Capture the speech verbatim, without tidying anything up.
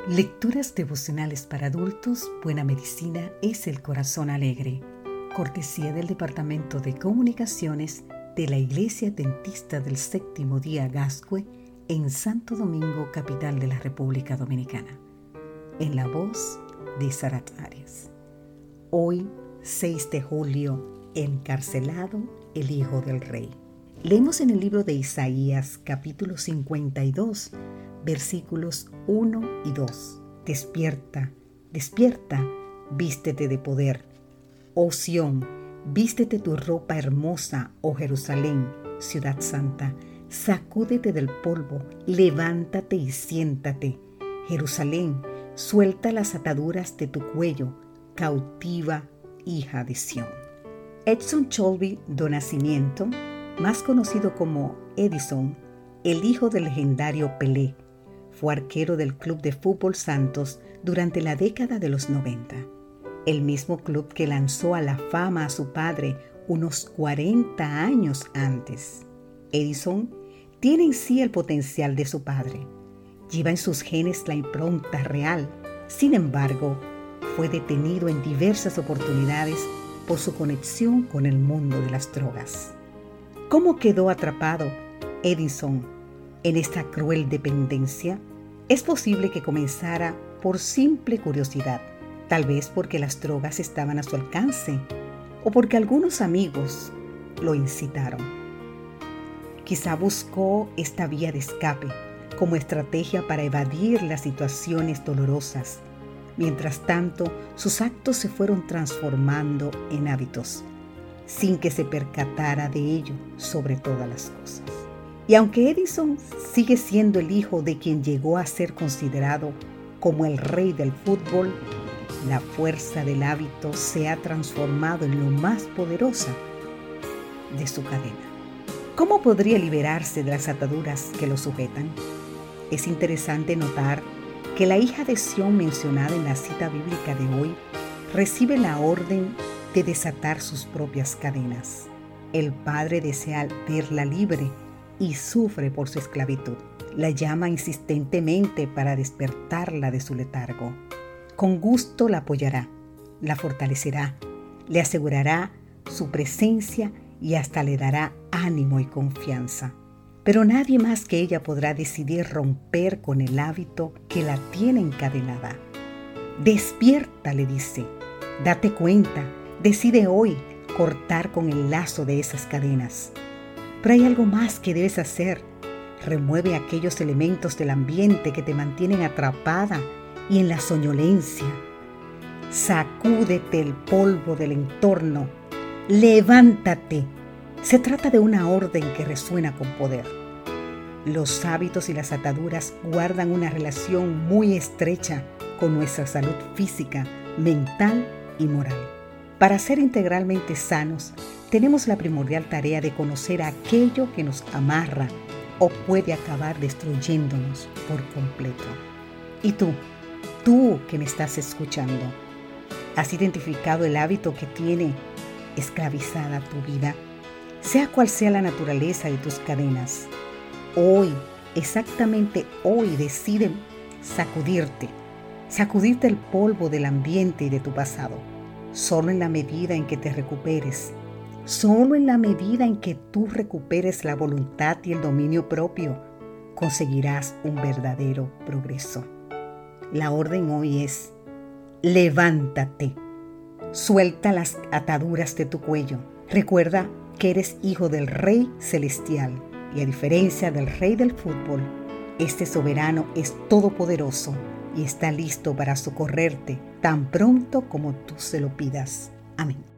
Lecturas devocionales para adultos. Buena medicina es el corazón alegre. Cortesía del Departamento de Comunicaciones de la Iglesia Adventista del Séptimo Día Gascue en Santo Domingo, capital de la República Dominicana. En la voz de Sarat Arias. Hoy, seis de julio, encarcelado el Hijo del Rey. Leemos en el libro de Isaías, capítulo cincuenta y dos, versículos uno y dos. Despierta, despierta, vístete de poder. Oh Sión, vístete tu ropa hermosa, oh Jerusalén, ciudad santa. Sacúdete del polvo, levántate y siéntate. Jerusalén, suelta las ataduras de tu cuello, cautiva hija de Sión. Edson Cholby do Nascimento, más conocido como Edison, el hijo del legendario Pelé, fue arquero del Club de Fútbol Santos durante la década de los noventa, el mismo club que lanzó a la fama a su padre unos cuarenta años antes. Edison tiene en sí el potencial de su padre, lleva en sus genes la impronta real. Sin embargo, fue detenido en diversas oportunidades por su conexión con el mundo de las drogas. ¿Cómo quedó atrapado Edison en esta cruel dependencia? Es posible que comenzara por simple curiosidad, tal vez porque las drogas estaban a su alcance o porque algunos amigos lo incitaron. Quizá buscó esta vía de escape como estrategia para evadir las situaciones dolorosas. Mientras tanto, sus actos se fueron transformando en hábitos, sin que se percatara de ello sobre todas las cosas. Y aunque Edison sigue siendo el hijo de quien llegó a ser considerado como el rey del fútbol, la fuerza del hábito se ha transformado en lo más poderosa de su cadena. ¿Cómo podría liberarse de las ataduras que lo sujetan? Es interesante notar que la hija de Sión mencionada en la cita bíblica de hoy recibe la orden de desatar sus propias cadenas. El padre desea verla libre y sufre por su esclavitud. La llama insistentemente para despertarla de su letargo. Con gusto la apoyará, la fortalecerá, le asegurará su presencia y hasta le dará ánimo y confianza. Pero nadie más que ella podrá decidir romper con el hábito que la tiene encadenada. Despierta, le dice, date cuenta, decide hoy cortar con el lazo de esas cadenas. Pero hay algo más que debes hacer. Remueve aquellos elementos del ambiente que te mantienen atrapada y en la soñolencia. Sacúdete el polvo del entorno. Levántate. Se trata de una orden que resuena con poder. Los hábitos y las ataduras guardan una relación muy estrecha con nuestra salud física, mental y moral. Para ser integralmente sanos, tenemos la primordial tarea de conocer aquello que nos amarra o puede acabar destruyéndonos por completo. Y tú, tú que me estás escuchando, ¿has identificado el hábito que tiene esclavizada tu vida? Sea cual sea la naturaleza de tus cadenas, hoy, exactamente hoy, decide sacudirte, sacudirte el polvo del ambiente y de tu pasado. Solo en la medida en que te recuperes, solo en la medida en que tú recuperes la voluntad y el dominio propio, conseguirás un verdadero progreso. La orden hoy es: levántate, suelta las ataduras de tu cuello. Recuerda que eres hijo del Rey Celestial y a diferencia del Rey del fútbol, este soberano es todopoderoso y está listo para socorrerte tan pronto como tú se lo pidas. Amén.